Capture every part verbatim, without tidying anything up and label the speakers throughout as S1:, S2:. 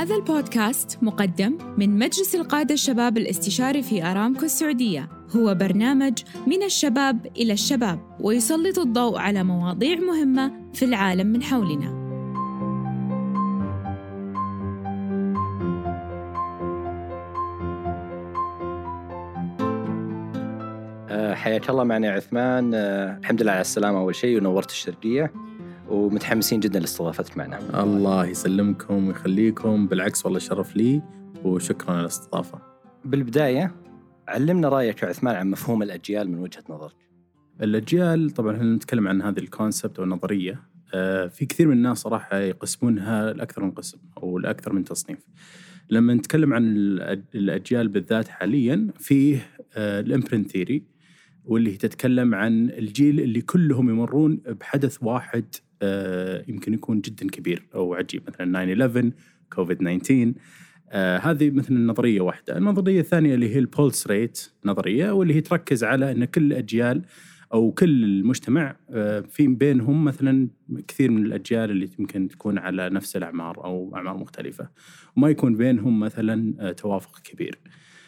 S1: هذا البودكاست مقدم من مجلس القادة الشباب الاستشاري في أرامكو السعودية. هو برنامج من الشباب إلى الشباب، ويسلط الضوء على مواضيع مهمة في العالم من حولنا.
S2: حياك الله معنا عثمان. الحمد لله على السلامة أول شيء، ونورت الشرقية ومتحمسين جدا لاستضافتك معنا.
S3: الله يسلمكم ويخليكم، بالعكس والله شرف لي وشكرا على الاستضافة.
S2: بالبداية علمنا رأيك يا عثمان عن مفهوم الأجيال من وجهة نظرك.
S3: الأجيال طبعا احنا نتكلم عن هذه الكونسبت والنظرية. آه في كثير من الناس صراحة يقسمونها لأكثر من قسم أو لأكثر من تصنيف. لما نتكلم عن الأجيال بالذات حاليا فيه آه الإمبرنت ثيري، واللي تتكلم عن الجيل اللي كلهم يمرون بحدث واحد آه يمكن يكون جدا كبير أو عجيب، مثلا ناين إليفن، كوفيد تسعة عشر. آه هذه مثل النظرية واحدة. النظرية الثانية اللي هي البولس ريت نظرية، واللي هي تركز على أن كل الأجيال أو كل المجتمع آه في بينهم مثلا كثير من الأجيال اللي يمكن تكون على نفس الأعمار أو أعمار مختلفة، وما يكون بينهم مثلا آه توافق كبير.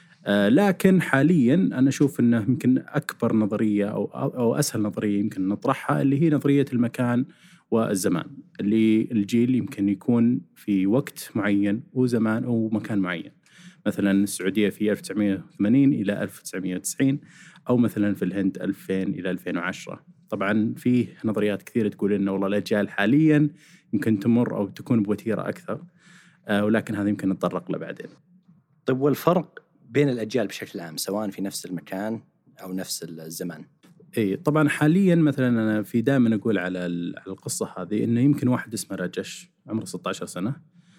S3: آه لكن حاليا أنا أشوف أنه يمكن أكبر نظرية أو, أو أسهل نظرية يمكن نطرحها اللي هي نظرية المكان والزمان، اللي الجيل يمكن يكون في وقت معين وزمان أو مكان معين. مثلا السعودية في ألف وتسعمائة وثمانين إلى ألف وتسعمائة وتسعين، أو مثلا في الهند ألفين إلى ألفين وعشرة. طبعا فيه نظريات كثيرة تقول إنه والله الأجيال حاليا يمكن تمر أو تكون بوتيرة أكثر، آه ولكن هذا يمكن نتطرق له بعدين.
S2: طيب، والفرق بين الأجيال بشكل عام سواء في نفس المكان أو نفس الزمان؟
S3: اي طبعا حاليا مثلا انا في دائما اقول على القصه هذه انه يمكن واحد اسمه رجش عمره ستة عشر سنه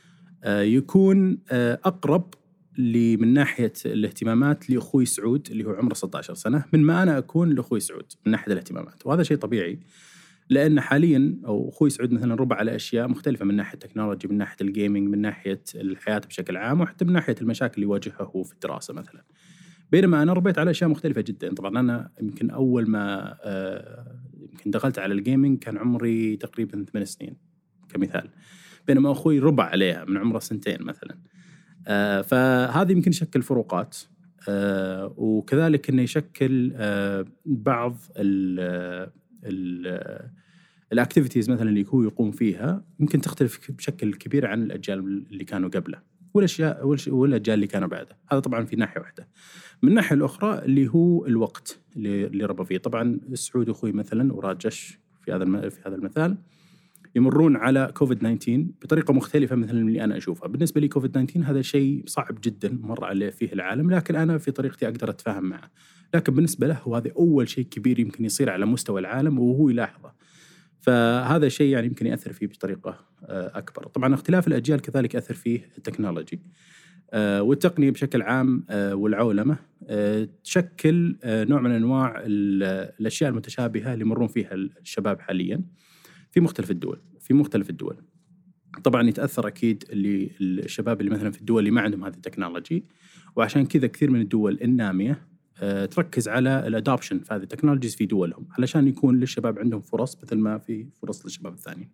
S3: آه يكون آه اقرب لي من ناحيه الاهتمامات لاخوي سعود اللي هو عمره ستة عشر سنه من ما انا اكون لاخوي سعود من ناحيه الاهتمامات. وهذا شيء طبيعي، لان حاليا او اخوي سعود مثلا ربع على اشياء مختلفه من ناحيه التكنولوجي، من ناحيه الجيمنج، من ناحيه الحياه بشكل عام، وحتى من ناحيه المشاكل اللي يواجهها هو في الدراسه مثلا. بينما أنا ربيت على أشياء مختلفة جدا. طبعا أنا يمكن أول ما آه يمكن دخلت على الجيمنج كان عمري تقريبا ثمان سنين كمثال، بينما أخوي ربع عليها من عمره سنتين مثلا. آه فهذا يمكن يشكل فروقات، آه وكذلك إنه يشكل آه بعض ال ال الأكتيفيتيز مثلا اللي هو يقوم فيها يمكن تختلف بشكل كبير عن الأجيال اللي كانوا قبله والأشياء والأجيال اللي كانوا بعده. هذا طبعا في ناحية واحدة. من الناحية الأخرى اللي هو الوقت اللي اللي ربى فيه. طبعا سعود أخوي مثلا وراجش في هذا في هذا المثال يمرون على كوفيد تسعة عشر بطريقة مختلفة مثلا من اللي أنا أشوفها. بالنسبة لي كوفيد تسعة عشر هذا شيء صعب جدا مر عليه فيه العالم، لكن أنا في طريقتي أقدر أتفاهم معه. لكن بالنسبة له هو هذا أول شيء كبير يمكن يصير على مستوى العالم وهو يلاحظه، فهذا شيء يعني يمكن يأثر فيه بطريقة أكبر. طبعا اختلاف الأجيال كذلك أثر فيه التكنولوجي والتقنية بشكل عام والعولمة تشكل نوع من أنواع الأشياء المتشابهة اللي يمرون فيها الشباب حاليا في مختلف الدول في مختلف الدول. طبعا يتأثر أكيد اللي الشباب اللي مثلا في الدول اللي ما عندهم هذه التكنولوجي، وعشان كذا كثير من الدول النامية تركز على الادابشن في هذه التكنولوجيز في دولهم علشان يكون للشباب عندهم فرص مثل ما في فرص للشباب الثانيين.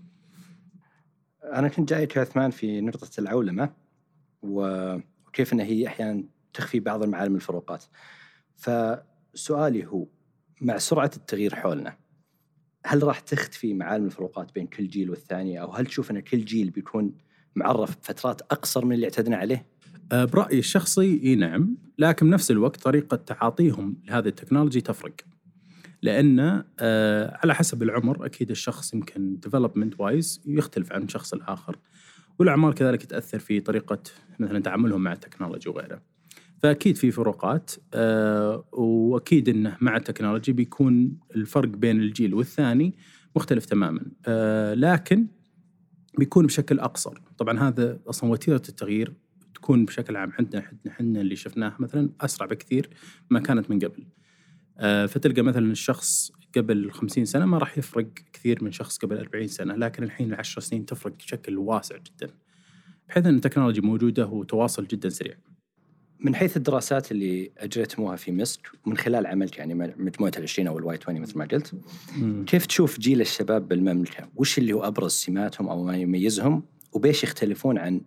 S2: أنا كنت جايك يا عثمان في نقطة العولمة وكيف أنها هي أحيانا تخفي بعض المعالم الفروقات. فسؤالي هو، مع سرعة التغيير حولنا هل راح تختفي معالم الفروقات بين كل جيل والثاني، أو هل تشوف أن كل جيل بيكون معرف بفترات أقصر من اللي اعتدنا عليه؟
S3: برأيي الشخصي إيه نعم، لكن بنفس الوقت طريقة تعاطيهم لهذه التكنولوجي تفرق، لأن آه على حسب العمر أكيد الشخص يمكن development wise يختلف عن شخص الآخر، والأعمار كذلك تأثر في طريقة مثلا تعاملهم مع التكنولوجي وغيره. فأكيد في فروقات، آه وأكيد إنه مع التكنولوجي بيكون الفرق بين الجيل والثاني مختلف تماما، آه لكن بيكون بشكل أقصر. طبعا هذا أصلا وتيرة التغيير تكون بشكل عام عندنا حنا اللي شفناه مثلا أسرع بكثير ما كانت من قبل. آه فتلقى مثلا الشخص قبل خمسين سنة ما راح يفرق كثير من شخص قبل أربعين سنة، لكن الحين العشر سنين تفرق بشكل واسع جدا، بحيث أن التكنولوجيا موجودة وتواصل جدا سريع.
S2: من حيث الدراسات اللي أجريتموها في مصر ومن خلال عملك يعني مجموعة العشرين أو الواي عشرين مثل ما قلت، م. كيف تشوف جيل الشباب بالمملكة؟ وش اللي هو أبرز سماتهم أو ما يميزهم، وبيش يختلفون عن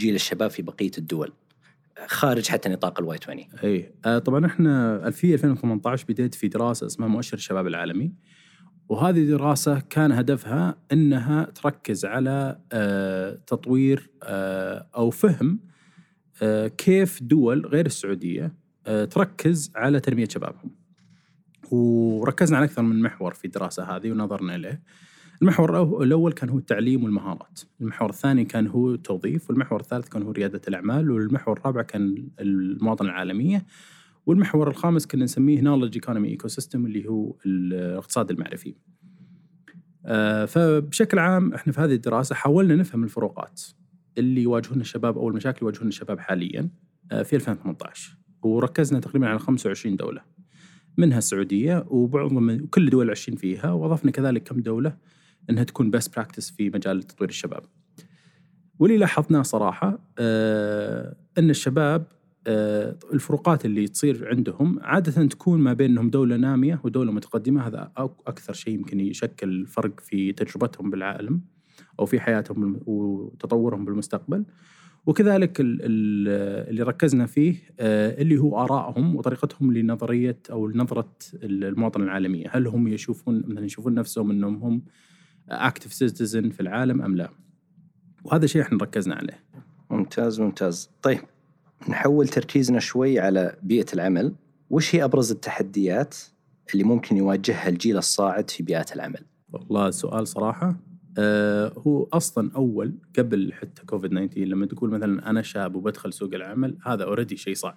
S2: جيل الشباب في بقية الدول خارج حتى نطاق الواي عشرين؟
S3: اي آه طبعا احنا في ألفين وثمانية عشر بديت في دراسة اسمها مؤشر الشباب العالمي، وهذه دراسة كان هدفها انها تركز على آه تطوير آه او فهم آه كيف دول غير السعودية آه تركز على تنمية شبابهم. وركزنا على أكثر من محور في الدراسة هذه ونظرنا إليه. المحور الأول كان هو التعليم والمهارات، المحور الثاني كان هو التوظيف، والمحور الثالث كان هو ريادة الأعمال، والمحور الرابع كان المواطنة العالمية، والمحور الخامس كنا نسميه knowledge economy ecosystem اللي هو الاقتصاد المعرفي. آه فبشكل عام احنا في هذه الدراسة حاولنا نفهم الفروقات اللي يواجهون الشباب أو المشاكل اللي يواجهون الشباب حاليا آه في ألفين وثمانية عشر، وركزنا تقريبا على خمسة وعشرين دولة منها السعودية وبعض من كل دول عايشين فيها، وأضفنا كذلك كم دولة أنها تكون best practice في مجال تطوير الشباب. واللي لاحظناه صراحة آه أن الشباب آه الفروقات اللي تصير عندهم عادة تكون ما بين أنهم دولة نامية ودولة متقدمة، هذا أكثر شيء يمكن يشكل فرق في تجربتهم بالعالم أو في حياتهم وتطورهم بالمستقبل. وكذلك اللي ركزنا فيه اللي هو آرائهم وطريقتهم لنظرية أو نظرة المواطن العالمية، هل هم يشوفون مثلا يشوفون نفسهم أنهم هم active citizen في العالم أم لا، وهذا شيء احنا ركزنا عليه.
S2: ممتاز ممتاز. طيب نحول تركيزنا شوي على بيئة العمل. وش هي أبرز التحديات اللي ممكن يواجهها الجيل الصاعد في بيئة العمل؟
S3: والله سؤال صراحة آه هو أصلاً أول قبل حتى كوفيد تسعة عشر لما تقول مثلاً أنا شاب وبدخل سوق العمل، هذا أوريدي شيء صعب.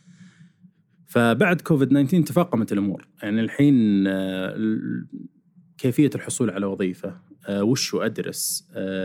S3: فبعد كوفيد تسعة عشر تفاقمت الأمور، يعني الحين آه كيفية الحصول على وظيفة، آه وشو أدرس،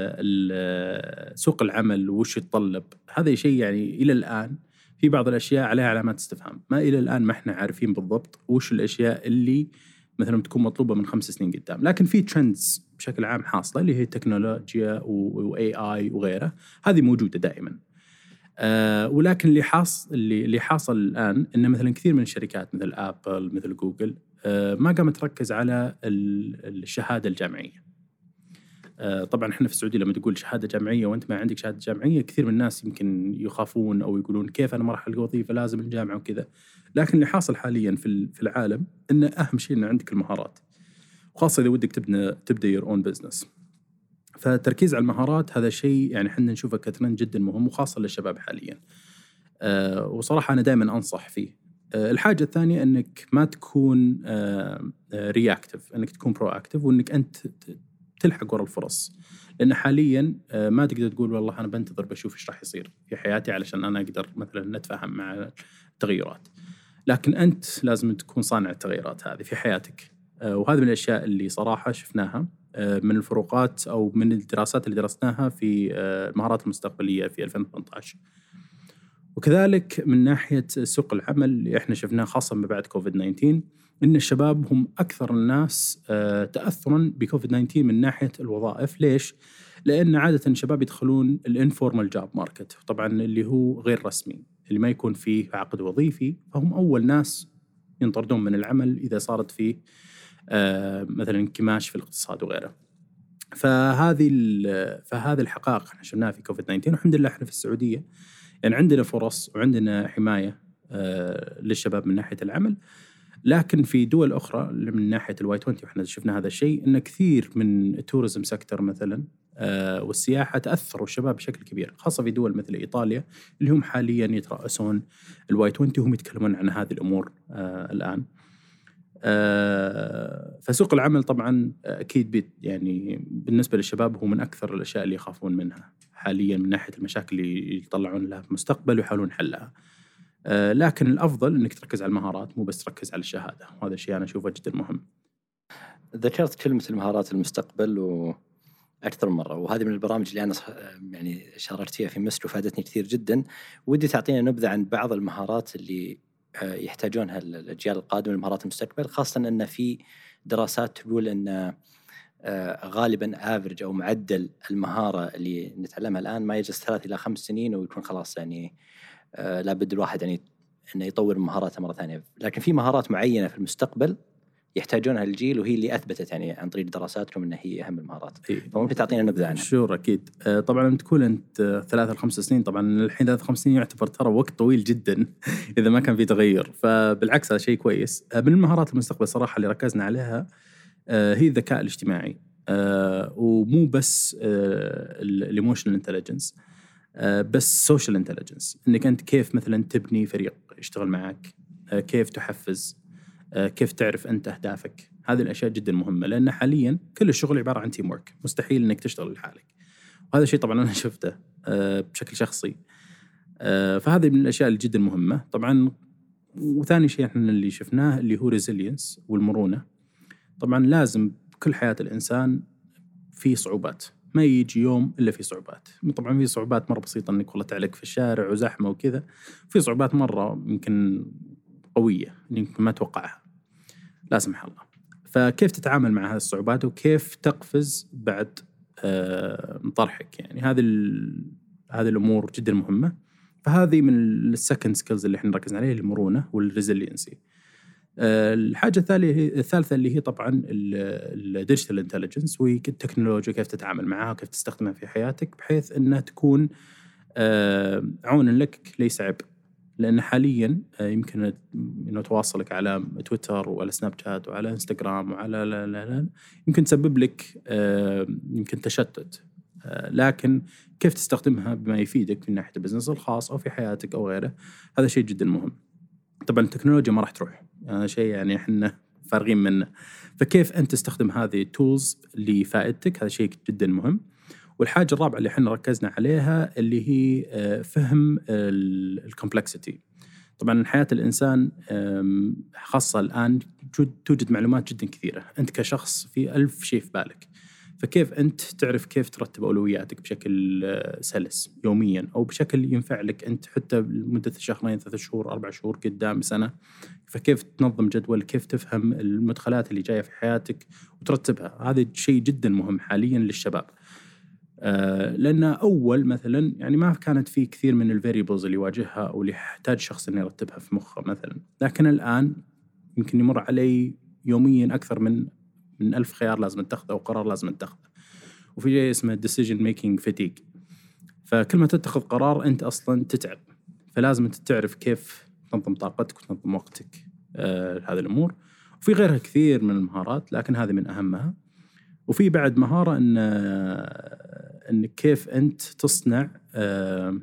S3: آه سوق العمل وش يتطلب، هذا شيء يعني إلى الآن في بعض الأشياء عليها علامات استفهام، ما إلى الآن ما إحنا عارفين بالضبط وش الأشياء اللي مثلا تكون مطلوبة من خمس سنين قدام. لكن في ترندز بشكل عام حاصلة اللي هي التكنولوجيا و إيه آي وغيره، هذه موجودة دائما. أه ولكن اللي حاصل اللي اللي حاصل الآن إن مثلا كثير من الشركات مثل آبل مثل جوجل أه ما قامت تركز على الشهادة الجامعية. أه طبعا احنا في السعودية لما تقول شهادة جامعية وانت ما عندك شهادة جامعية، كثير من الناس يمكن يخافون او يقولون كيف انا ما راح القى وظيفة، لازم الجامعة وكذا. لكن اللي حاصل حاليا في في العالم ان اهم شيء ان عندك المهارات، وخاصة اذا ودك تبني تبدا يور اون بزنس. فالتركيز على المهارات هذا شيء يعني احنا نشوفه كترند جدا مهم، وخاصة للشباب حاليا. أه وصراحة انا دائما انصح فيه. أه الحاجة الثانية انك ما تكون أه رياكتيف، انك تكون برو اكتيف، وانك انت تلحق وراء الفرص. لأن حالياً ما تقدر تقول والله أنا بنتظر بشوف إيش راح يصير في حياتي علشان أنا أقدر مثلاً نتفاهم مع التغيرات، لكن أنت لازم تكون صانع التغيرات هذه في حياتك. وهذه من الأشياء اللي صراحة شفناها من الفروقات أو من الدراسات اللي درسناها في المهارات المستقبلية في ألفين وثمانية عشر. وكذلك من ناحية سوق العمل اللي إحنا شفناه خاصة ما بعد كوفيد تسعة عشر، إن الشباب هم أكثر الناس تأثراً بكوفيد تسعة عشر من ناحية الوظائف. ليش؟ لأن عادة الشباب يدخلون الانفورمال جاب ماركت، طبعاً اللي هو غير رسمي، اللي ما يكون فيه عقد وظيفي، فهم أول ناس ينطردون من العمل إذا صارت فيه مثلاً انكماش في الاقتصاد وغيره. فهذه فهذه الحقائق احنا شفناها في كوفيد تسعة عشر، والحمد لله احنا في السعودية يعني عندنا فرص وعندنا حماية للشباب من ناحية العمل. لكن في دول أخرى من ناحية الواي عشرين وإحنا شفنا هذا الشيء، إن كثير من التوريزم سيكتور مثلا آه والسياحة تأثروا الشباب بشكل كبير، خاصة في دول مثل إيطاليا اللي هم حاليا يترأسون الواي عشرين وهم يتكلمون عن هذه الأمور آه الآن. آه فسوق العمل طبعا أكيد بيت يعني بالنسبة للشباب هو من أكثر الأشياء اللي يخافون منها حاليا من ناحية المشاكل اللي يطلعون لها في المستقبل ويحاولون حلها. آه لكن الأفضل أنك تركز على المهارات مو بس تركز على الشهادة، وهذا الشيء أنا أشوفه جدا مهم.
S2: ذكرت كلمة المهارات المستقبل وأكثر من مرة، وهذه من البرامج اللي أنا يعني شاركت فيها في مصر وفادتني كثير جدا. ودي تعطينا نبذة عن بعض المهارات اللي يحتاجونها الأجيال القادمة لمهارات المستقبل، خاصة أن في دراسات تقول أن غالبا افرج أو معدل المهارة اللي نتعلمها الآن ما يجلس ثلاث إلى خمس سنين ويكون خلاص يعني لابد الواحد يعني أنه يطور مهاراته مرة ثانية. لكن في مهارات معينة في المستقبل يحتاجونها الجيل، وهي اللي أثبتت يعني عن طريق دراساتكم أنها هي أهم المهارات.
S3: إيه.
S2: فممكن تعطينا نبذة عنها؟
S3: شور أكيد. آه طبعا لما تكون أنت ثلاثة لخمس سنين، طبعا الحين ثلاثة خمس سنين يعتبر ترى وقت طويل جدا إذا ما كان في تغير، فبالعكس هذا شيء كويس. آه من المهارات المستقبل صراحة اللي ركزنا عليها آه هي الذكاء الاجتماعي، آه ومو بس آه الإيموشنال انتليجنس، آه بس سوشيال انتليجنس، إنك أنت كيف مثلا تبني فريق يشتغل معك، آه كيف تحفز، آه كيف تعرف أنت أهدافك. هذه الأشياء جدا مهمة، لأن حاليا كل الشغل عبارة عن تيم ورك، مستحيل إنك تشتغل لحالك، وهذا شيء طبعا أنا شفته آه بشكل شخصي. آه فهذه من الأشياء اللي جدا مهمة طبعا. وثاني شيء احنا اللي شفناه اللي هو ريزيلينس والمرونة. طبعا لازم كل حياة الإنسان في صعوبات، ما يجي يوم إلا في صعوبات. طبعا في صعوبات مرة بسيطة إنك والله تعلق في الشارع وزحمة وكذا، في صعوبات مرة يمكن قوية يمكن ما توقعها لا سمح الله. فكيف تتعامل مع هذه الصعوبات وكيف تقفز بعد آه طرحك، يعني هذه هذه الأمور جدا مهمة. فهذه من السكند سكيلز اللي احنا ركزنا عليه، المرونة والريزيلينسي. آه الحاجة الثالثة الثالثة اللي هي طبعا الديجيتال انتليجنس، والتكنولوجيا كيف تتعامل معها وكيف تستخدمها في حياتك بحيث أنها تكون آه عون لك ليس عبء. لأن حالياً يمكن إنه تواصلك على تويتر وعلى سناب شات وعلى إنستغرام وعلى لا لا لا يمكن تسبب لك يمكن تشتت، لكن كيف تستخدمها بما يفيدك من ناحية البزنس الخاص أو في حياتك أو غيره، هذا شيء جداً مهم. طبعاً التكنولوجيا ما راح تروح، هذا شيء يعني إحنا فارغين منه، فكيف أنت تستخدم هذه التولز لفائدتك، هذا شيء جداً مهم. والحاجة الرابعة اللي احنا ركزنا عليها اللي هي فهم الكومبلكسيتي. طبعا حياة الإنسان خاصة الآن توجد معلومات جدا كثيرة، أنت كشخص في ألف شيء في بالك، فكيف أنت تعرف كيف ترتب أولوياتك بشكل سلس يوميا أو بشكل ينفع لك أنت حتى لمدة شهرين ثلاثة شهور أربع شهور قدام سنة. فكيف تنظم جدول، كيف تفهم المدخلات اللي جاية في حياتك وترتبها، هذا شيء جدا مهم حاليا للشباب. آه لأن أول مثلا يعني ما كانت في كثير من الفاريبلز اللي يواجهها أو اللي يحتاج شخص إنه يرتبها في مخه مثلا، لكن الآن يمكن يمر علي يوميا أكثر من من ألف خيار لازم تتخذه أو قرار لازم تتخذه، وفي شيء اسمه decision making fatigue. فكل ما تتخذ قرار أنت أصلا تتعب، فلازم أنت تعرف كيف تنظم طاقتك وتنظم وقتك آه هذه الأمور. وفي غيرها كثير من المهارات لكن هذه من أهمها. وفي بعد مهارة إن إن كيف أنت تصنع آه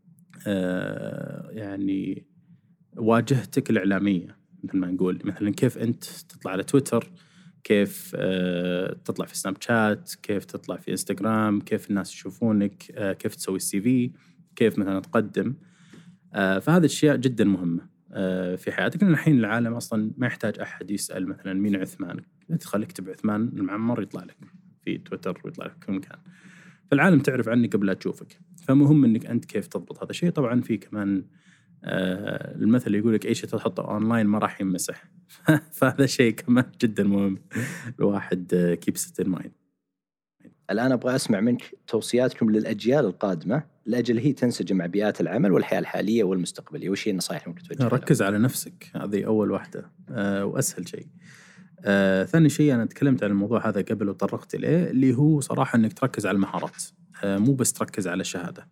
S3: آه يعني واجهتك الإعلامية، مثل ما نقول مثلا كيف أنت تطلع على تويتر، كيف آه تطلع في سناب شات، كيف تطلع في إنستغرام، كيف الناس يشوفونك، آه كيف تسوي السي في، كيف مثلا تقدم. آه فهذه الأشياء جدا مهمة آه في حياتك. لأن الحين العالم أصلا ما يحتاج أحد يسأل مثلا مين عثمان، تدخل اكتب عثمان المعمر يطلع لك في تويتر ويطلع لك في كل مكان، فالعالم تعرف عنك قبل لا تشوفك. فمهم انك انت كيف تضبط هذا الشيء. طبعا في كمان آه المثل اللي يقول لك اي شيء تحطه اونلاين ما راح يمسح فهذا شيء كمان جدا مهم الواحد keeps it in mind.
S2: الآن أبغى أسمع منك توصياتكم للأجيال القادمة لأجل هي تنسجم مع بيئات العمل والحياة الحالية والمستقبلية، وش هي النصائح ممكن توجهها؟
S3: ركز على نفسك، هذه أول واحدة آه وأسهل شيء. آه، ثاني شيء أنا تكلمت عن الموضوع هذا قبل وطرقت إليه، اللي هو صراحة أنك تركز على المهارات آه، مو بس تركز على الشهادة.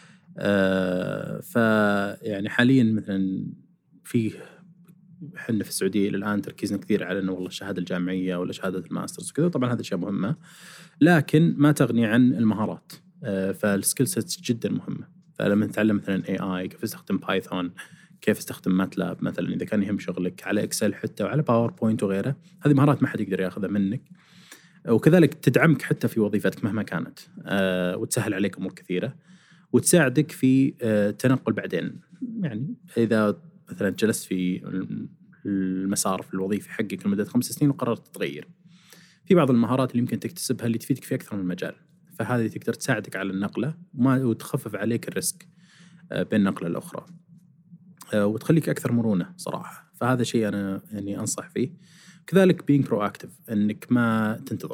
S3: آه، فيعني حاليا مثلا في حنا في السعودية الآن تركيزنا كثير على أنه والله الشهادة الجامعية ولا شهادة الماسترز وكذا، طبعا هذا شيء مهمة لكن ما تغني عن المهارات. آه، فالسكيل سيتس جدا مهمة. فلما نتعلم مثلا إيه آي، كيف استخدم بايثون، كيف استخدم ماتلاب مثلا إذا كان يهم شغلك، على إكسل حتى وعلى باوربوينت وغيره، هذه مهارات ما حد يقدر ياخذها منك، وكذلك تدعمك حتى في وظيفتك مهما كانت آه، وتسهل عليك أمور كثيرة وتساعدك في آه، تنقل بعدين. يعني إذا مثلا جلست في المسار في الوظيفي حقك لمدة خمس سنين وقررت تغير، في بعض المهارات اللي يمكن تكتسبها اللي تفيدك في أكثر من مجال، فهذه تقدر تساعدك على النقلة وما وتخفف عليك الريسك آه، بين النقلة الأخرى وتخليك أكثر مرونة صراحة. فهذا شيء أنا يعني أنصح فيه. كذلك being proactive، أنك ما تنتظر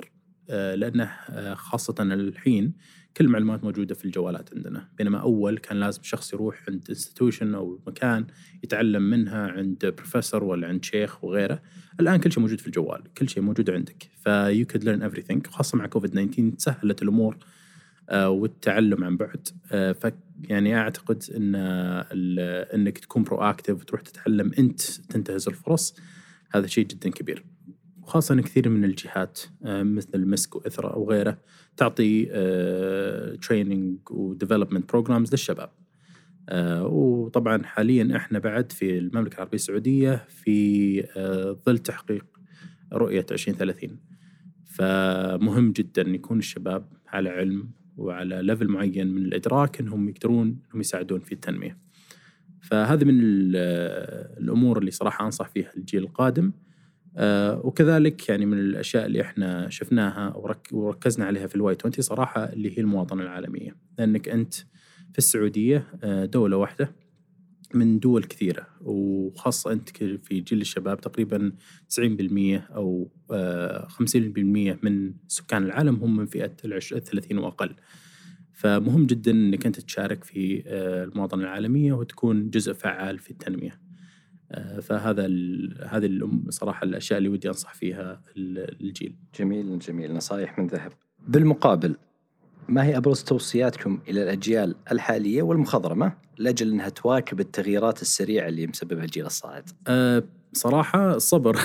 S3: لأنه خاصة الحين كل المعلومات موجودة في الجوالات عندنا، بينما أول كان لازم شخص يروح عند انستيتيوشن أو مكان يتعلم منها عند بروفيسور ولا عند شيخ وغيره. الآن كل شيء موجود في الجوال، كل شيء موجود عندك، ف you could learn everything. خاصة مع كوفيد تسعة عشر سهلت الأمور والتعلم عن بعد. ف يعني أعتقد إن إنك تكون proactive وتروح تتعلم أنت تنتهز الفرص، هذا شيء جدا كبير. وخاصة أن كثير من الجهات مثل المسك وإثرا أو غيره تعطي training و development programs للشباب. وطبعا حاليا إحنا بعد في المملكة العربية السعودية في ظل تحقيق رؤية عشرين ثلاثين، فمهم جدا يكون الشباب على علم وعلى ليفل معين من الإدراك أنهم يقدرون أنهم يساعدون في التنمية. فهذه من الأمور اللي صراحة أنصح فيها الجيل القادم. آه وكذلك يعني من الأشياء اللي إحنا شفناها ورك وركزنا عليها في الواي عشرين صراحة اللي هي المواطنة العالمية، لأنك أنت في السعودية دولة واحدة من دول كثيرة، وخاصة أنت في جيل الشباب تقريبا تسعين بالمئة أو آه خمسين بالمئة من سكان العالم هم من فئة الثلاثين وأقل. فمهم جدا أنك أنت تشارك في آه المواطنة العالمية وتكون جزء فعال في التنمية. فهذا هذه صراحة الأشياء اللي ودي أنصح فيها الجيل.
S2: جميل جميل، نصائح من ذهب. بالمقابل، ما هي أبرز توصياتكم إلى الأجيال الحالية والمخضرمة لأجل أنها تواكب التغييرات السريعة اللي مسببها الجيل الصاعد؟
S3: أه صراحة الصبر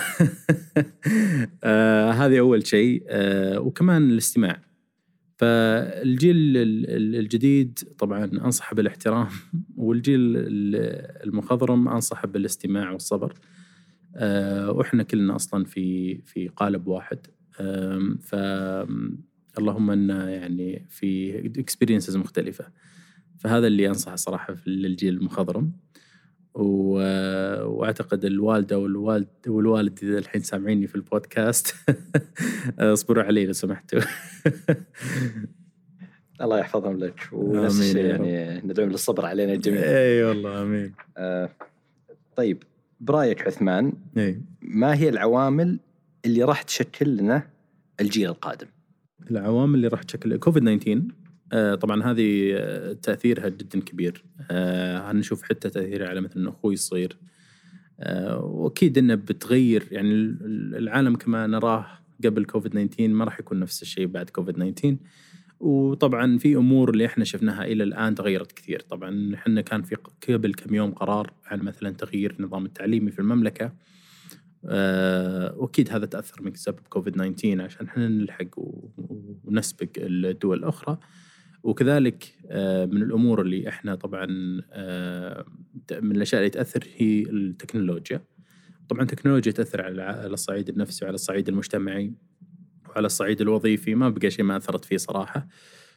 S3: أه هذه أول شيء، أه وكمان الاستماع. فالجيل الجديد طبعا أنصح بالاحترام، والجيل المخضرم أنصح بالاستماع والصبر. أه وإحنا كلنا أصلا في في قالب واحد، أه فاللهم أن يعني في experiences مختلفة. فهذا اللي أنصح صراحة في الجيل المخضرم. وأعتقد الوالدة والوالد والوالد إذا الحين سامعيني في البودكاست اصبروا علي لو سمحتوا.
S2: الله يحفظهم لك، ونفس الشيء يعني ندعم للصبر علينا الجميع.
S3: اي والله امين.
S2: آه طيب برايك عثمان،
S3: أي.
S2: ما هي العوامل اللي راح تشكل لنا الجيل القادم؟
S3: العوامل اللي راح تشكل كوفيد تسعة عشر آه طبعا هذه تأثيرها جدا كبير. آه هنشوف حتى تأثيرها على مثلا أخوي الصغير. آه وأكيد إنه بتغير يعني العالم كما نراه قبل كوفيد تسعة عشر ما راح يكون نفس الشيء بعد كوفيد تسعة عشر. وطبعا في أمور اللي إحنا شفناها إلى الآن تغيرت كثير. طبعا إحنا كان في قبل كم يوم قرار عن مثلا تغيير النظام التعليمي في المملكة، أه وأكيد هذا تأثر من سبب كوفيد تسعة عشر عشان إحنا نلحق ونسبق الدول الأخرى. وكذلك أه من الأمور اللي إحنا طبعا أه من الأشياء اللي تأثر هي التكنولوجيا. طبعا التكنولوجيا تأثر على الصعيد النفسي وعلى الصعيد المجتمعي وعلى الصعيد الوظيفي، ما بقى شيء ما أثرت فيه صراحة،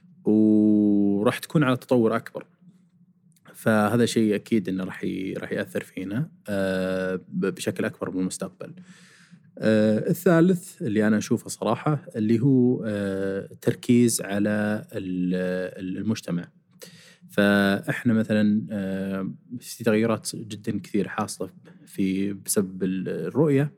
S3: وراح تكون على تطور أكبر. فهذا شيء أكيد إنه راح راح يأثر فينا أه بشكل أكبر بالمستقبل. أه الثالث اللي أنا أشوفه صراحة اللي هو أه تركيز على المجتمع. فإحنا مثلا أه في تغيرات جدا كثير حاصلة في بسبب الرؤية.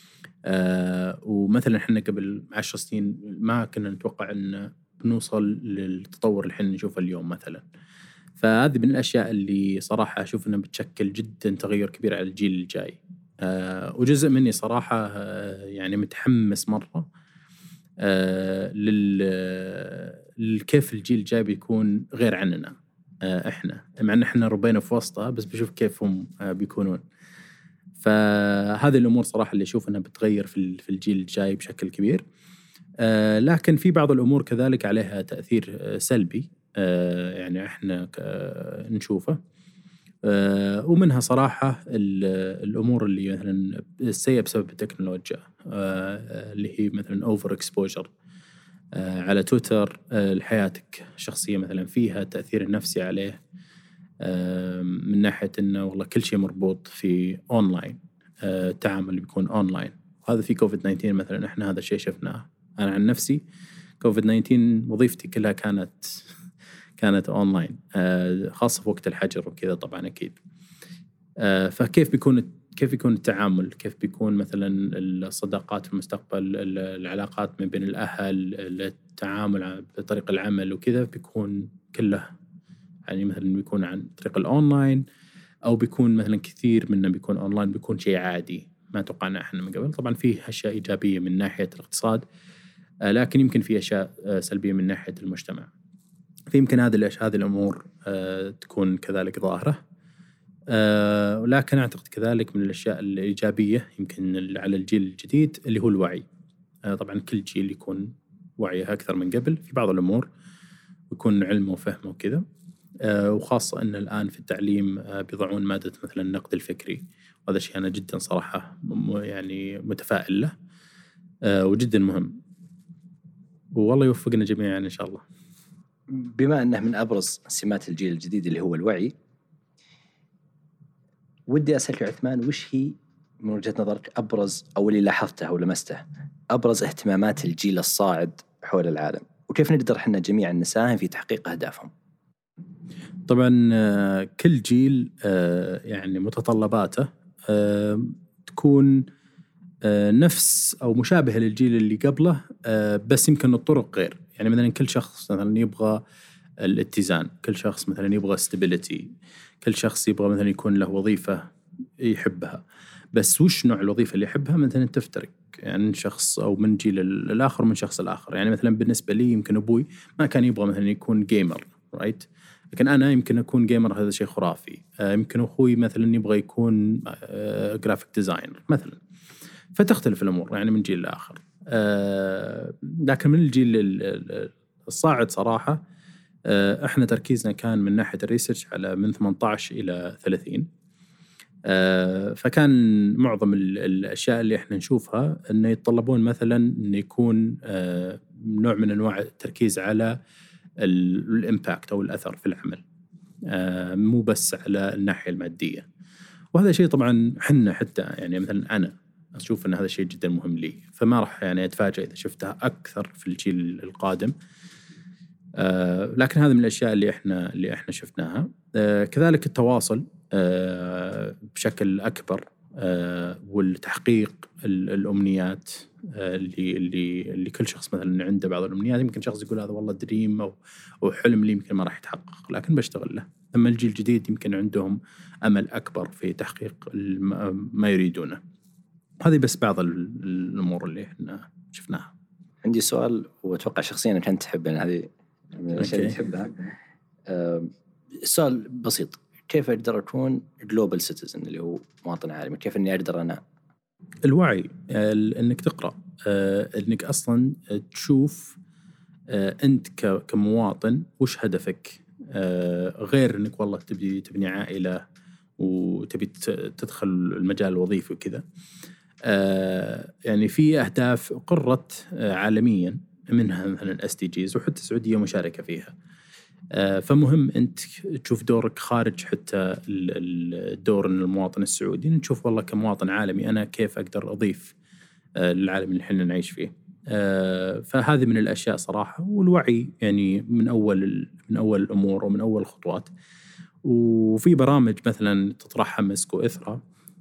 S3: أه ومثلا إحنا قبل عشر سنين ما كنا نتوقع أن بنوصل للتطور اللي إحنا نشوفه اليوم مثلا. فهذه من الأشياء اللي صراحة أشوف أنها بتشكل جدا تغير كبير على الجيل الجاي. أه وجزء مني صراحة أه يعني متحمس مرة أه للكيف الجيل الجاي بيكون غير عننا أه إحنا، مع أن إحنا ربينا في وسطها، بس بشوف كيف هم أه بيكونون. فهذه الأمور صراحة اللي أشوف أنها بتغير في في الجيل الجاي بشكل كبير. أه لكن في بعض الأمور كذلك عليها تأثير أه سلبي أه يعني إحنا نشوفه. أه ومنها صراحة الأمور اللي مثلا السيئة بسبب التكنولوجيا، أه اللي هي مثلا أوفر إكسبوجر أه على تويتر، أه لحياتك الشخصية مثلا فيها تأثير النفسي عليه، أه من ناحية إنه والله كل شيء مربوط في أونلاين، أه التعامل بيكون أونلاين. وهذا في كوفيد تسعة عشر مثلا إحنا هذا الشيء شفناه. أنا عن نفسي كوفيد تسعة عشر وظيفتي كلها كانت كانت أونلاين، خاصة في وقت الحجر وكذا طبعا أكيد. فكيف بيكون كيف يكون التعامل، كيف بيكون مثلا الصداقات في المستقبل، العلاقات ما بين الأهل، التعامل بطريق العمل وكذا، بيكون كله يعني مثلا بيكون عن طريق الأونلاين، أو بيكون مثلا كثير منه بيكون أونلاين، بيكون شيء عادي ما توقعنا إحنا من قبل. طبعا فيه أشياء إيجابية من ناحية الاقتصاد، لكن يمكن في أشياء سلبية من ناحية المجتمع. فيمكن هذه الأشياء هذه الأمور تكون كذلك ظاهرة. أه لكن أعتقد كذلك من الأشياء الإيجابية يمكن على الجيل الجديد اللي هو الوعي. أه طبعا كل جيل يكون وعيه أكثر من قبل في بعض الأمور، ويكون علمه وفهمه وكذا. أه وخاصة أن الآن في التعليم أه بيضعون مادة مثلا النقد الفكري، وهذا شيء أنا جدا صراحة يعني متفائل له أه وجدا مهم، والله يوفقنا جميعا إن شاء الله.
S2: بما أنه من أبرز سمات الجيل الجديد اللي هو الوعي، ودي أسألك يا عثمان، وش هي من وجهة نظرك أبرز أو اللي لاحظته أو لمسته أبرز اهتمامات الجيل الصاعد حول العالم، وكيف نقدر إحنا جميعا نساهم في تحقيق أهدافهم؟
S3: طبعا كل جيل يعني متطلباته تكون نفس أو مشابهة للجيل اللي قبله، بس يمكن الطرق غير. يعني مثلا كل شخص مثلا يبغى الاتزان، كل شخص مثلا يبغى stability، كل شخص يبغى مثلا يكون له وظيفة يحبها، بس وش نوع الوظيفة اللي يحبها مثلا تفترق يعني شخص أو من جيل الآخر من شخص الآخر. يعني مثلا بالنسبة لي يمكن أبوي ما كان يبغى مثلا يكون جيمر رايت، لكن أنا يمكن أكون جيمر، هذا شيء خرافي. يمكن أخوي مثلا يبغى يكون جرافيك ديزاينر مثلا، فتختلف الأمور يعني من جيل لآخر. لكن من الجيل الصاعد صراحة احنا تركيزنا كان من ناحية الريسيرش على من ثمانية عشر إلى ثلاثين، فكان معظم الأشياء اللي احنا نشوفها أنه يتطلبون مثلا أن يكون نوع من أنواع التركيز على الإمباكت أو الأثر في العمل، مو بس على الناحية المادية. وهذا شيء طبعا حنا حتى يعني مثلا أنا أشوف أن هذا الشيء جدا مهم لي، فما راح يعني أتفاجأ إذا شفتها أكثر في الجيل القادم. آه لكن هذا من الأشياء اللي إحنا اللي إحنا شفناها. آه كذلك التواصل آه بشكل أكبر، آه والتحقيق الأمنيات آه اللي اللي اللي كل شخص مثلا عنده بعض الأمنيات، يمكن شخص يقول هذا والله دريم أو أو حلم لي يمكن ما راح يتحقق، لكن بشتغل له. أما الجيل الجديد يمكن عندهم أمل أكبر في تحقيق ما يريدونه. هذه بس بعض الأمور اللي إحنا شفناها.
S2: عندي سؤال وأتوقع شخصيا كنت تحب أن هذه من الأشياء اللي تحبها. أه السؤال بسيط، كيف أقدر أكون global citizen اللي هو مواطن عالمي؟ كيف أني أقدر أنا
S3: الوعي، أنك تقرأ، أنك أصلا تشوف أنت كمواطن وش هدفك، غير أنك والله تبي تبني عائلة وتبي تدخل المجال الوظيفي وكذا. يعني في أهداف قررت عالميا منها مثلا إس دي جيز، وحتى السعودية مشاركة فيها. فمهم أنت تشوف دورك خارج حتى الدور المواطن السعودي، نشوف والله كمواطن عالمي أنا كيف أقدر أضيف للعالم اللي احنا نعيش فيه. فهذه من الأشياء صراحة. والوعي يعني من أول من أول الأمور ومن أول الخطوات. وفي برامج مثلا تطرحها مسكو إثرا،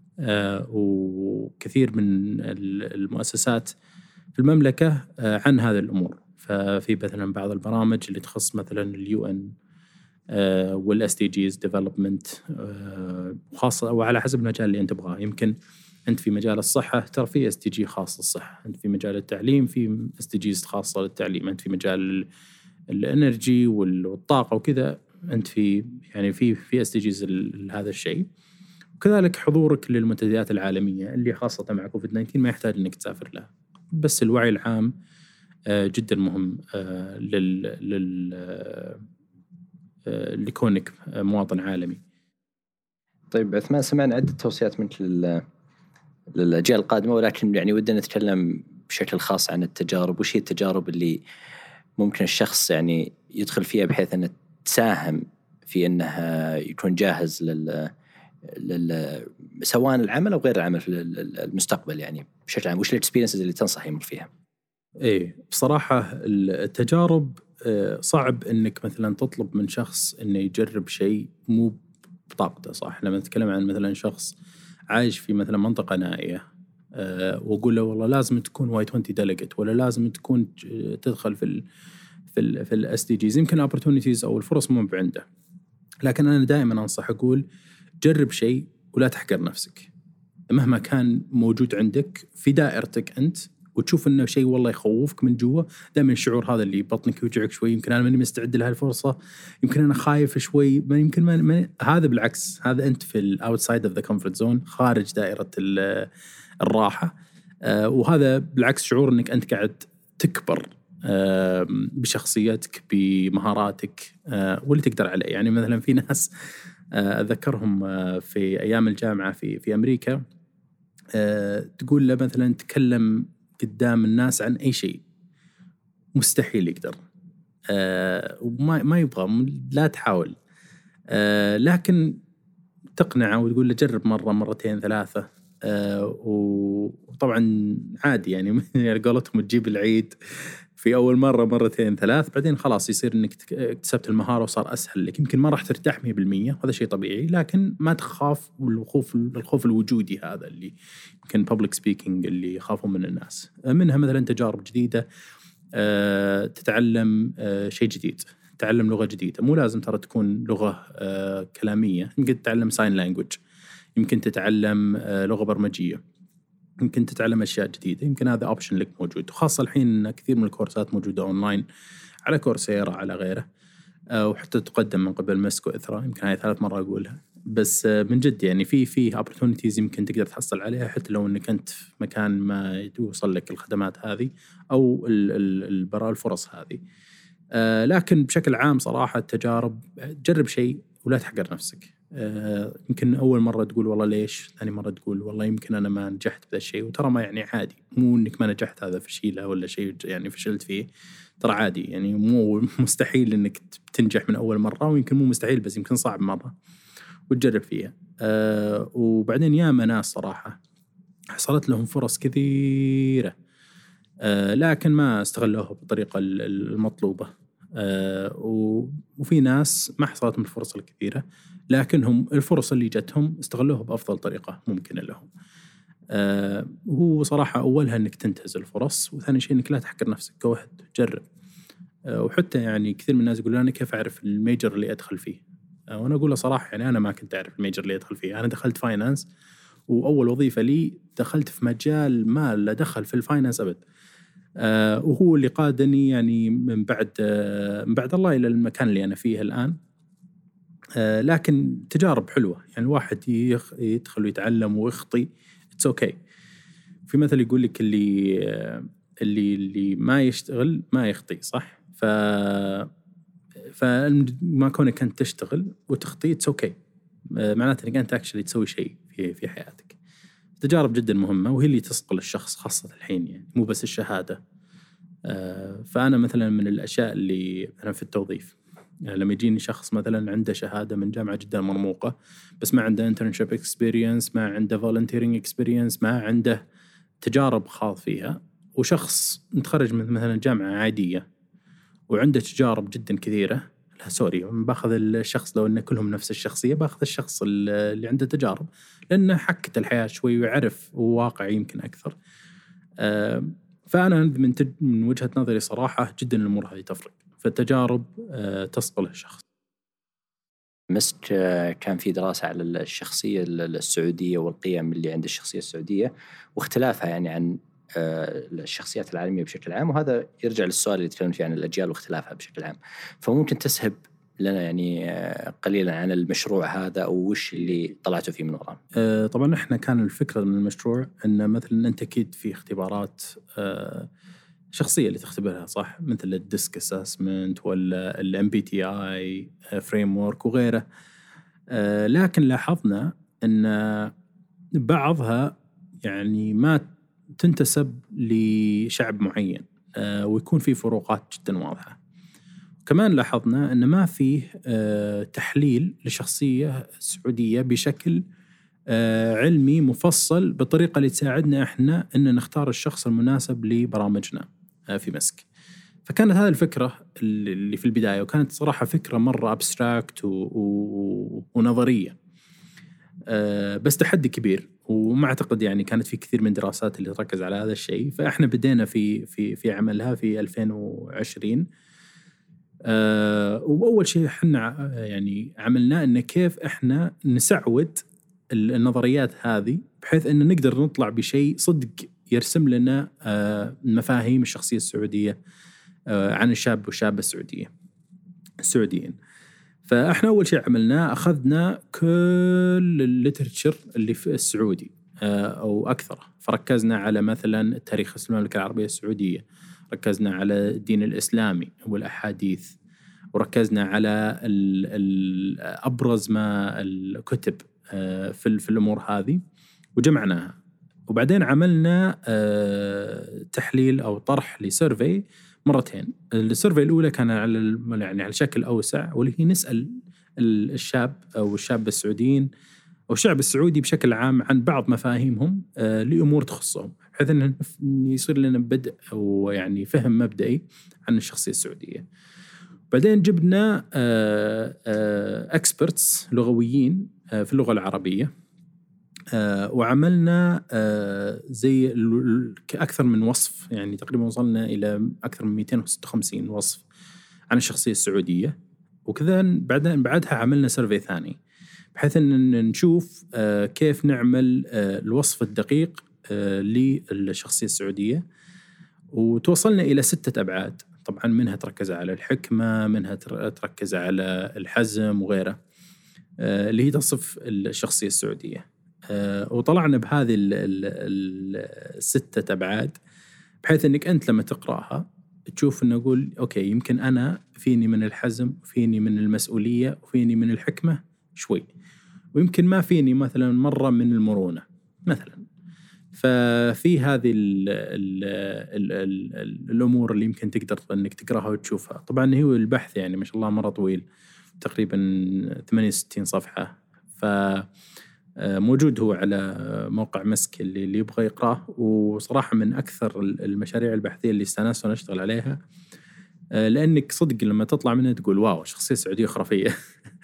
S3: وكثير من المؤسسات في المملكة عن هذه الأمور. ففي مثلا بعض البرامج اللي تخص مثلا اليو ان والاس دي جيز ديفلوبمنت، وخاصة وعلى حسب المجال اللي أنت تبغاه. يمكن أنت في مجال الصحة ترى في اس دي جي خاص للصحة، أنت في مجال التعليم في اس دي جيز خاصة للتعليم، أنت في مجال الانرجي والطاقة وكذا أنت في يعني في في اس دي جيز هذا الشيء. وكذلك حضورك للمنتديات العالمية اللي خاصة مع كوفيد تسعة عشر ما يحتاج أنك تسافر لها، بس الوعي العام جدا مهم لل لل لكونك مواطن عالمي.
S2: طيب عثمان، سمعنا عدة توصيات منك للأجيال القادمة، ولكن يعني ودنا نتكلم بشكل خاص عن التجارب. وش هي التجارب اللي ممكن الشخص يعني يدخل فيها بحيث أنه تساهم في أنه يكون جاهز لل لل سواء العمل أو غير العمل في المستقبل يعني بشكل عام؟ وش الإكسبيرينسز اللي تنصح يمر فيها؟
S3: إيه بصراحة التجارب صعب إنك مثلا تطلب من شخص إنه يجرب شيء مو بطاقته، صح؟ لما نتكلم عن مثلا شخص عايش في مثلا منطقة نائية أه وأقول له والله لازم تكون واي عشرين delegate ولا لازم تكون تدخل في ال في ال في الاس دي جيز، يمكن opportunities أو الفرص مو عنده. لكن أنا دائما أنصح أقول جرب شيء ولا تحقر نفسك مهما كان موجود عندك في دائرتك أنت، وتشوف إنه شيء والله يخوفك من جوا. دائما الشعور هذا اللي بطنك يوجعك شوي، يمكن أنا ماني مستعد لها الفرصة، يمكن أنا خايف شوي، ما يمكن ما, ما هذا بالعكس، هذا أنت في الأوتسايد أوف ذا كومفورت زون، خارج دائرة الراحة. آه وهذا بالعكس شعور إنك أنت قاعد تكبر آه بشخصيتك بمهاراتك آه واللي تقدر عليه. يعني مثلا في ناس آه أذكرهم آه في أيام الجامعة في في أمريكا آه تقول له مثلا تكلم قدام الناس عن أي شيء مستحيل يقدر آه وما ما يبغى، لا تحاول آه لكن تقنعه وتقول له جرب مرة مرتين ثلاثة آه وطبعا عادي يعني قولتهم تجيب العيد في أول مرة مرتين ثلاث، بعدين خلاص يصير إنك اكتسبت المهارة وصار أسهل لك. يمكن ما راح ترتاح مية بالمية وهذا شيء طبيعي، لكن ما تخاف، والخوف الخوف الوجودي هذا اللي يمكن public speaking اللي يخافون من الناس منها. مثلا تجارب جديدة أه تتعلم أه شيء جديد، تتعلم لغة جديدة، مو لازم ترى تكون لغة أه كلامية، يمكن تتعلم sign language، يمكن تتعلم أه لغة برمجية، يمكن تتعلم أشياء جديدة، يمكن هذا أوبشن لك موجود. وخاصة الحين كثير من الكورسات موجودة أونلاين على كورسيرا على غيره أه وحتى تقدم من قبل مسك وإثرا، يمكن هاي ثلاث مرة أقولها، بس أه من جد يعني في في opportunities يمكن تقدر تحصل عليها حتى لو إنك أنت في مكان ما يوصل لك الخدمات هذه أو البراء الفرص هذه. أه لكن بشكل عام صراحة التجارب، جرب شيء ولا تحقر نفسك. آه، يمكن أول مرة تقول والله ليش، ثاني مرة تقول والله يمكن أنا ما نجحت بهذا الشيء، وترى ما يعني عادي، مو إنك ما نجحت هذا فشيلة ولا شيء يعني فشلت فيه، ترى عادي يعني، مو مستحيل إنك تنجح من أول مرة، ويمكن مو مستحيل بس يمكن صعب مرة وتجرب فيها. آه، وبعدين ياما ناس صراحة حصلت لهم فرص كثيرة آه، لكن ما استغلوها بالطريقة المطلوبة. آه، وفي ناس ما حصلت من الفرص الكثيرة لكنهم الفرص اللي جتهم استغلوها بأفضل طريقة ممكنة لهم. آه، وهو صراحة أولها أنك تنتهز الفرص، وثاني شيء أنك لا تحكر نفسك، كواحد جرب. آه، وحتى يعني كثير من الناس يقولون أنا كيف أعرف الميجر اللي أدخل فيه؟ آه، وأنا أقول له صراحة يعني أنا ما كنت أعرف الميجر اللي أدخل فيه. أنا دخلت فاينانس، وأول وظيفة لي دخلت في مجال ما لا دخل في الفاينانس أبد. آه وهو اللي قادني يعني من بعد آه من بعد الله إلى المكان اللي أنا فيه الآن. آه لكن تجارب حلوة، يعني الواحد يخ يدخل ويتعلم ويخطي، it's okay. في مثل يقول لك اللي آه اللي اللي ما يشتغل ما يخطي، صح؟ ف فما كونك أنت تشتغل وتخطي it's okay، آه معناته إنك أنت actually تسوي شيء في في حياتك. تجارب جدا مهمة، وهي اللي تصقل الشخص خاصة الحين، يعني مو بس الشهادة. آه فأنا مثلا من الأشياء اللي أنا في التوظيف، يعني لما يجيني شخص مثلا عنده شهادة من جامعة جدا مرموقة بس ما عنده internship experience، ما عنده volunteering experience، ما عنده تجارب خاض فيها، وشخص متخرج من مثلا جامعة عادية وعنده تجارب جدا كثيرة، لا سوري باخذ الشخص لو إن كلهم نفس الشخصية، باخذ الشخص اللي عنده تجارب، لأنه حكت الحياة شوي ويعرف وواقعي يمكن أكثر. أه فأنا من, تج... من وجهة نظري صراحة جدا الأمور هذه تفرق، فالتجارب أه تصقل الشخص.
S2: مسك كان في دراسة على الشخصية السعودية والقيم اللي عند الشخصية السعودية واختلافها يعني عن الشخصيات العالمية بشكل عام، وهذا يرجع للسؤال اللي تكلمنا فيه عن الأجيال واختلافها بشكل عام. فممكن تسهب لنا يعني قليلا عن المشروع هذا أو وش اللي طلعته فيه من وراه؟
S3: أه طبعا احنا كان الفكرة من المشروع ان مثلا انت اكيد في اختبارات أه شخصية اللي تختبرها، صح؟ مثل الديسك اسسمنت ولا الام بي تي اي فريم وورك وغيره. أه لكن لاحظنا ان بعضها يعني ما تنتسب لشعب معين أه ويكون في فروقات جدا واضحة. كمان لاحظنا أن ما فيه أه تحليل لشخصية سعودية بشكل أه علمي مفصل بالطريقة اللي تساعدنا إحنا أن نختار الشخص المناسب لبرامجنا أه في مسك. فكانت هذه الفكرة اللي في البداية، وكانت صراحة فكرة مرة أبستراكت ونظرية، أه بس تحدي كبير، وما أعتقد يعني كانت في كثير من دراسات اللي تركز على هذا الشيء. فإحنا بدينا في في في عملها في ألفين وعشرين. أه وأول شيء إحنا يعني عملناه إنه كيف إحنا نسعود النظريات هذه بحيث إن نقدر نطلع بشيء صدق يرسم لنا أه مفاهيم الشخصية السعودية أه عن الشاب والشابة السعودية السعوديين. فإحنا أول شيء عملناه أخذنا كل الليترشر اللي في السعودي أو أكثر، فركزنا على مثلا تاريخ المملكة العربية السعودية، ركزنا على الدين الإسلامي والأحاديث، وركزنا على ال ال أبرز ما الكتب في في الأمور هذه وجمعناها. وبعدين عملنا تحليل أو طرح لسيرفي مرتين. السيرفي الأولى كان على يعني على شكل أوسع، واللي هي نسأل الشاب أو الشاب السعوديين أو الشعب السعودي بشكل عام عن بعض مفاهيمهم آه لأمور تخصهم، بحيث أن يصير لنا بدء أو يعني فهم مبدئي عن الشخصية السعودية. بعدين جبنا آه آه اكسبرتس لغويين آه في اللغة العربية، آه وعملنا آه زي أكثر من وصف، يعني تقريبا وصلنا إلى أكثر من مئتين وستة وخمسين وصف عن الشخصية السعودية. وكذا بعدين بعدها عملنا سيرفي ثاني بحيث أن نشوف آه كيف نعمل آه الوصف الدقيق آه للشخصية السعودية. وتوصلنا إلى ستة أبعاد، طبعا منها تركز على الحكمة، منها تركز على الحزم وغيره، آه اللي هي تصف الشخصية السعودية. آه وطلعنا بهذه الستة أبعاد بحيث أنك أنت لما تقرأها تشوف أنه أقول أوكي يمكن أنا فيني من الحزم، فيني من المسؤولية، وفيني من الحكمة شوي، ويمكن ما فيني مثلا مرة من المرونة مثلا. ففي هذه ال ال ال ال ال الأمور اللي يمكن تقدر أنك تقرأها وتشوفها. طبعا هو البحث يعني ما شاء الله مرة طويل، تقريبا ثمانية وستين صفحة، فموجود هو على موقع مسك اللي, اللي يبغى يقرأه. وصراحة من أكثر المشاريع البحثية اللي استانست ونشتغل عليها، لأنك صدق لما تطلع منها تقول واو شخصية سعودية خرافية.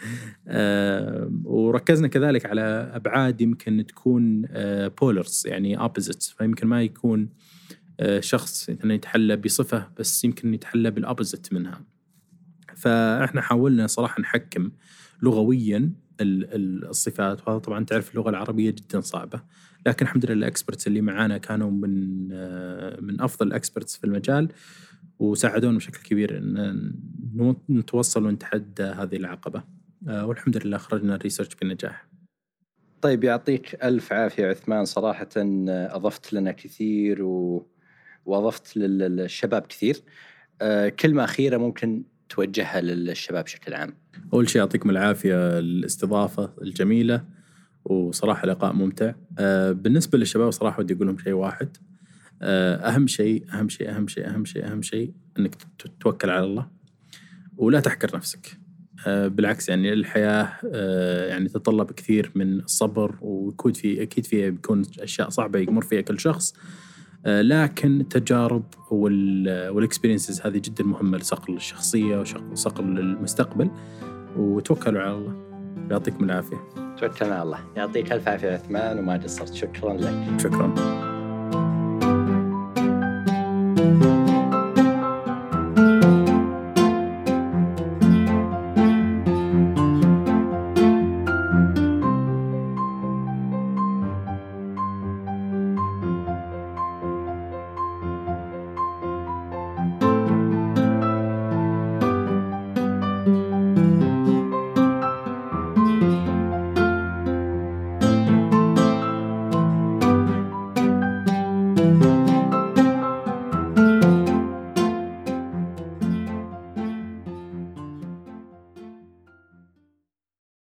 S3: آه وركزنا كذلك على أبعاد يمكن تكون آه بولرز، يعني opposites، فيمكن ما يكون آه شخص يتحلى بصفة بس يمكن يتحلى بالopposite منها. فإحنا حاولنا صراحة نحكم لغويا الصفات، وهذا طبعا تعرف اللغة العربية جدا صعبة، لكن الحمد لله الأكسبرتس اللي معانا كانوا من آه من أفضل الأكسبرتس في المجال، وساعدونا بشكل كبير أن نتوصل ونتحدى هذه العقبة، والحمد لله خرجنا الريسيرش بنجاح.
S2: طيب يعطيك ألف عافية عثمان، صراحة أضفت لنا كثير و... وأضفت للشباب كثير. كلمة أخيرة ممكن توجهها للشباب بشكل عام؟
S3: أول شيء يعطيكم العافية الاستضافة الجميلة، وصراحة لقاء ممتع. بالنسبة للشباب صراحة ودي أقول لهم شيء واحد، أهم شيء أهم شيء أهم شيء أهم شيء أهم شيء أنك تتوكل على الله ولا تحقر نفسك. بالعكس يعني الحياة يعني تتطلب كثير من الصبر، ويكون في أكيد فيها بيكون أشياء صعبة يمر فيها كل شخص، لكن التجارب والإكسبيرينسز هذه جدا مهمة لصقل الشخصية وصقل المستقبل. وتوكلوا على الله، يعطيكم العافية.
S2: توكلنا على الله. يعطيك ألف عافية عثمان وما قصرت. شكرا لك.
S3: شكرا.